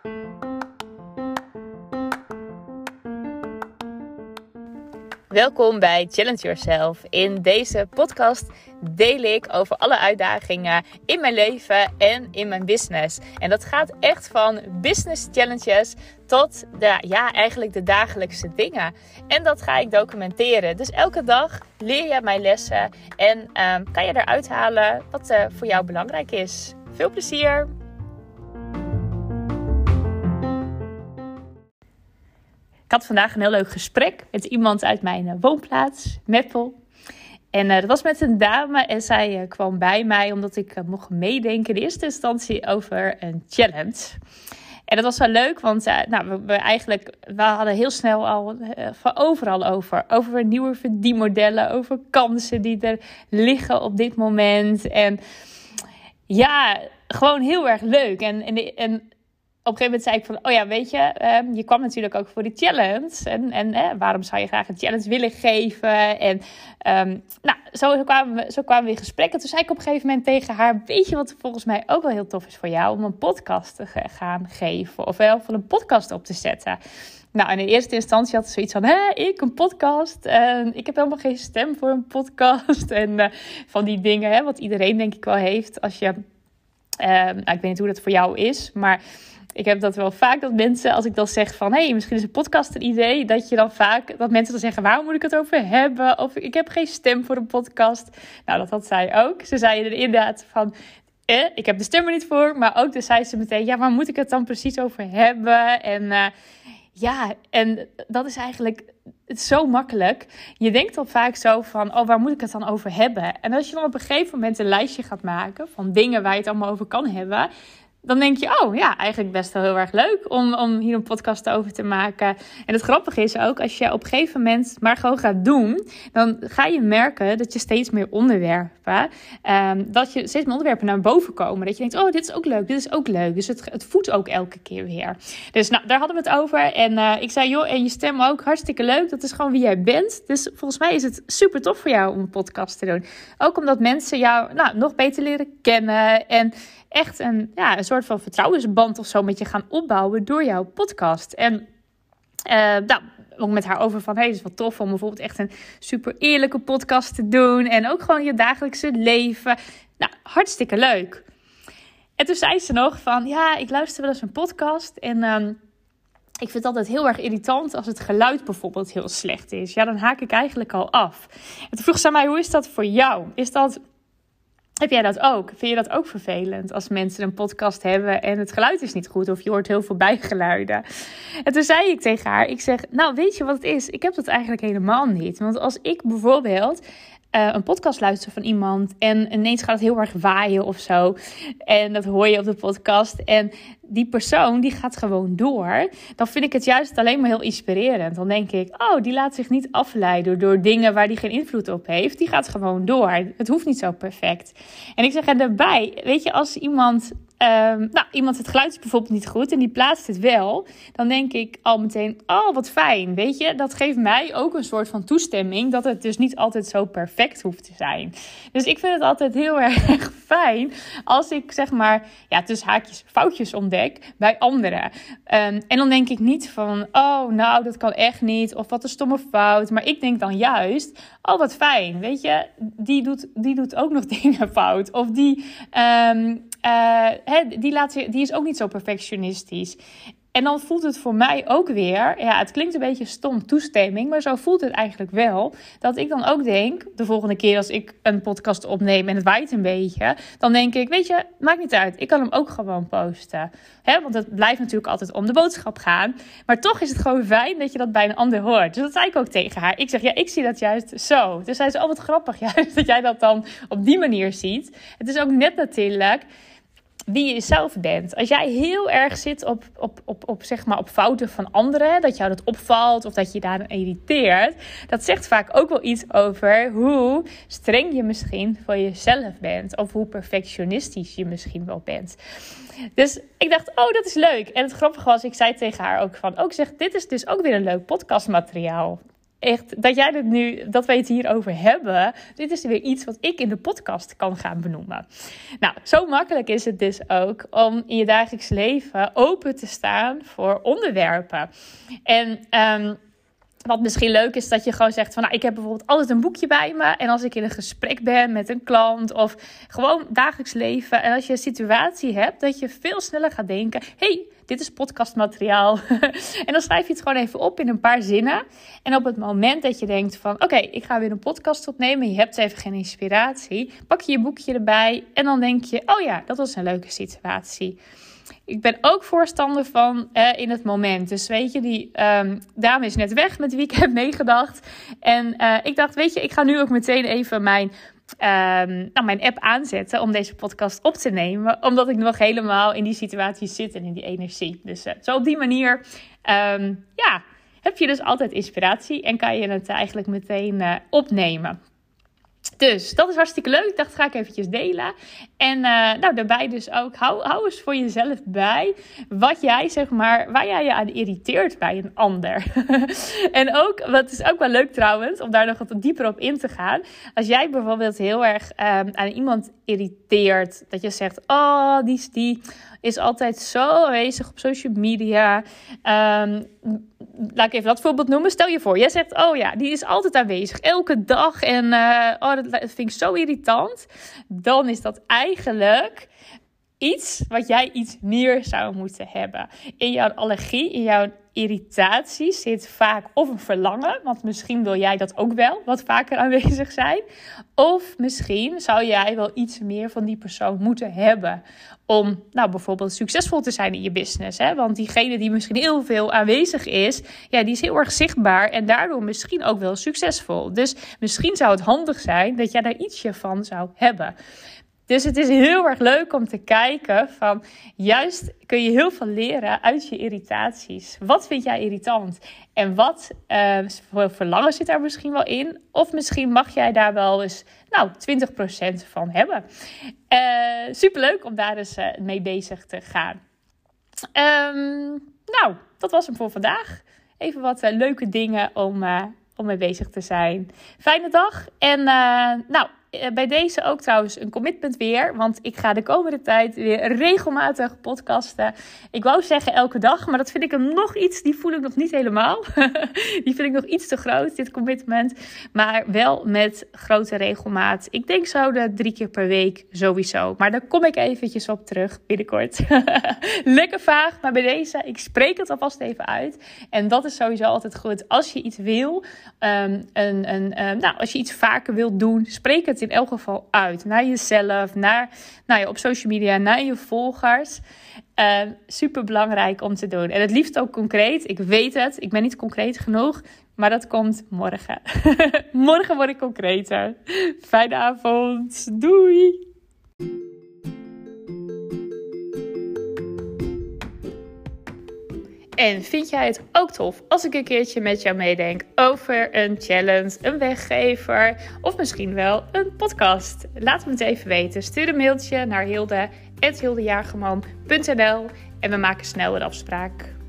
Welkom bij Challenge Yourself. In deze podcast deel ik over alle uitdagingen in mijn leven en in mijn business. En dat gaat echt van business challenges tot eigenlijk de dagelijkse dingen. En dat ga ik documenteren. Dus elke dag leer je mijn lessen en kan je eruit halen wat voor jou belangrijk is. Veel plezier! Ik had vandaag een heel leuk gesprek met iemand uit mijn woonplaats, Meppel. En dat was met een dame en zij kwam bij mij omdat ik mocht meedenken in eerste instantie over een challenge. En dat was wel leuk, want we hadden heel snel al van overal over nieuwe verdienmodellen, over kansen die er liggen op dit moment. En ja, gewoon heel erg leuk. En op een gegeven moment zei ik van, weet je, je kwam natuurlijk ook voor die challenge. En waarom zou je graag een challenge willen geven? En zo kwamen we in gesprek. En toen zei ik op een gegeven moment tegen haar, weet je wat volgens mij ook wel heel tof is voor jou? Om een podcast te gaan geven. Of wel van een podcast op te zetten. Nou, in de eerste instantie had ze zoiets van, ik een podcast? Ik heb helemaal geen stem voor een podcast. En van die dingen, wat iedereen denk ik wel heeft. Als je, ik weet niet hoe dat voor jou is, maar ik heb dat wel vaak, dat mensen, als ik dan zeg van, misschien is een podcast een idee, dat mensen dan zeggen, waar moet ik het over hebben? Of ik heb geen stem voor een podcast. Nou, dat had zij ook. Ze zei er inderdaad van, ik heb de stem er niet voor, maar ook dus zei ze meteen, waar moet ik het dan precies over hebben? En dat is eigenlijk zo makkelijk. Je denkt dan vaak zo van, waar moet ik het dan over hebben? En als je dan op een gegeven moment een lijstje gaat maken van dingen waar je het allemaal over kan hebben, dan denk je, eigenlijk best wel heel erg leuk om hier een podcast over te maken. En het grappige is ook, als je op een gegeven moment maar gewoon gaat doen, dan ga je merken dat je steeds meer onderwerpen, naar boven komen. Dat je denkt, dit is ook leuk, dit is ook leuk. Dus het voedt ook elke keer weer. Dus daar hadden we het over. En ik zei, en je stem ook, hartstikke leuk. Dat is gewoon wie jij bent. Dus volgens mij is het super tof voor jou om een podcast te doen. Ook omdat mensen jou nog beter leren kennen en echt een soort van vertrouwensband of zo met je gaan opbouwen door jouw podcast. En ook met haar over van, het is wel tof om bijvoorbeeld echt een super eerlijke podcast te doen. En ook gewoon je dagelijkse leven. Nou, hartstikke leuk. En toen zei ze nog van, ik luister wel eens een podcast en ik vind het altijd heel erg irritant als het geluid bijvoorbeeld heel slecht is. Ja, dan haak ik eigenlijk al af. En toen vroeg ze aan mij, hoe is dat voor jou? Heb jij dat ook? Vind je dat ook vervelend als mensen een podcast hebben en het geluid is niet goed of je hoort heel veel bijgeluiden? En toen zei ik tegen haar, ik zeg, weet je wat het is? Ik heb dat eigenlijk helemaal niet. Want als ik bijvoorbeeld een podcast luister van iemand en ineens gaat het heel erg waaien of zo, en dat hoor je op de podcast en die persoon die gaat gewoon door, dan vind ik het juist alleen maar heel inspirerend. Dan denk ik, die laat zich niet afleiden door dingen waar die geen invloed op heeft. Die gaat gewoon door. Het hoeft niet zo perfect. En ik zeg, en daarbij, weet je, als iemand het geluid is bijvoorbeeld niet goed en die plaatst het wel, dan denk ik al meteen, wat fijn, weet je, dat geeft mij ook een soort van toestemming dat het dus niet altijd zo perfect hoeft te zijn. Dus ik vind het altijd heel erg fijn als ik zeg maar, tussen haakjes foutjes ontdek bij anderen. En dan denk ik niet van, dat kan echt niet, of wat een stomme fout, maar ik denk dan juist, wat fijn, weet je, die doet ook nog dingen fout, of die is ook niet zo perfectionistisch. En dan voelt het voor mij ook weer, het klinkt een beetje stom, toestemming, maar zo voelt het eigenlijk wel, dat ik dan ook denk, de volgende keer als ik een podcast opneem en het waait een beetje, dan denk ik, weet je, maakt niet uit, ik kan hem ook gewoon posten. Want het blijft natuurlijk altijd om de boodschap gaan, maar toch is het gewoon fijn dat je dat bij een ander hoort. Dus dat zei ik ook tegen haar. Ik zeg, ik zie dat juist zo. Dus zei ze, wat grappig juist dat jij dat dan op die manier ziet. Het is ook net natuurlijk wie je zelf bent. Als jij heel erg zit op fouten van anderen, dat jou dat opvalt of dat je daarin irriteert, dat zegt vaak ook wel iets over hoe streng je misschien voor jezelf bent of hoe perfectionistisch je misschien wel bent. Dus ik dacht, dat is leuk. En het grappige was, ik zei tegen haar ook van, dit is dus ook weer een leuk podcastmateriaal. echt dat wij het hierover hebben. Dit is weer iets wat ik in de podcast kan gaan benoemen. Nou, zo makkelijk is het dus ook om in je dagelijks leven open te staan voor onderwerpen. En wat misschien leuk is, dat je gewoon zegt van, nou, ik heb bijvoorbeeld altijd een boekje bij me. En als ik in een gesprek ben met een klant of gewoon dagelijks leven. En als je een situatie hebt, dat je veel sneller gaat denken, hey, dit is podcastmateriaal. En dan schrijf je het gewoon even op in een paar zinnen. En op het moment dat je denkt van, oké, ik ga weer een podcast opnemen. Je hebt even geen inspiratie. Pak je je boekje erbij en dan denk je, oh ja, dat was een leuke situatie. Ik ben ook voorstander van in het moment. Dus weet je, die dame is net weg met wie ik heb meegedacht. En ik dacht, weet je, ik ga nu ook meteen even mijn app aanzetten om deze podcast op te nemen. Omdat ik nog helemaal in die situatie zit en in die energie. Dus zo op die manier heb je dus altijd inspiratie en kan je het eigenlijk meteen opnemen. Dus dat is hartstikke leuk. Ik dacht, ga ik eventjes delen. En daarbij dus ook, hou eens voor jezelf bij wat jij, zeg maar, waar jij je aan irriteert bij een ander. En ook, wat is ook wel leuk trouwens, om daar nog wat dieper op in te gaan. Als jij bijvoorbeeld heel erg aan iemand irriteert, dat je zegt, oh, die is altijd zo aanwezig op social media. Laat ik even dat voorbeeld noemen. Stel je voor, jij zegt, oh ja, die is altijd aanwezig. Elke dag. En dat vind ik zo irritant. Dan is dat eigenlijk iets wat jij iets meer zou moeten hebben. In jouw allergie, in jouw irritatie zit vaak of een verlangen. Want misschien wil jij dat ook wel wat vaker aanwezig zijn. Of misschien zou jij wel iets meer van die persoon moeten hebben. Om bijvoorbeeld succesvol te zijn in je business. Hè? Want diegene die misschien heel veel aanwezig is, ja, die is heel erg zichtbaar. En daardoor misschien ook wel succesvol. Dus misschien zou het handig zijn dat jij daar ietsje van zou hebben. Dus het is heel erg leuk om te kijken van, juist kun je heel veel leren uit je irritaties. Wat vind jij irritant? En wat voor verlangen zit daar misschien wel in? Of misschien mag jij daar wel eens 20% van hebben. Superleuk om daar eens mee bezig te gaan. Dat was hem voor vandaag. Even wat leuke dingen om mee bezig te zijn. Fijne dag en bij deze ook trouwens een commitment weer. Want ik ga de komende tijd weer regelmatig podcasten. Ik wou zeggen elke dag, maar dat vind ik die voel ik nog niet helemaal. Die vind ik nog iets te groot, dit commitment. Maar wel met grote regelmaat. Ik denk zo 3 keer per week sowieso. Maar daar kom ik eventjes op terug binnenkort. Lekker vaag, maar bij deze, ik spreek het alvast even uit. En dat is sowieso altijd goed. Als je iets wil, als je iets vaker wilt doen, spreek het in elk geval uit. Naar jezelf, op social media, naar je volgers. Super belangrijk om te doen. En het liefst ook concreet. Ik weet het, ik ben niet concreet genoeg. Maar dat komt morgen. Morgen word ik concreter. Fijne avond. Doei! En vind jij het ook tof als ik een keertje met jou meedenk over een challenge, een weggever of misschien wel een podcast? Laat me het even weten. Stuur een mailtje naar hilde@hildejagerman.nl en we maken snel een afspraak.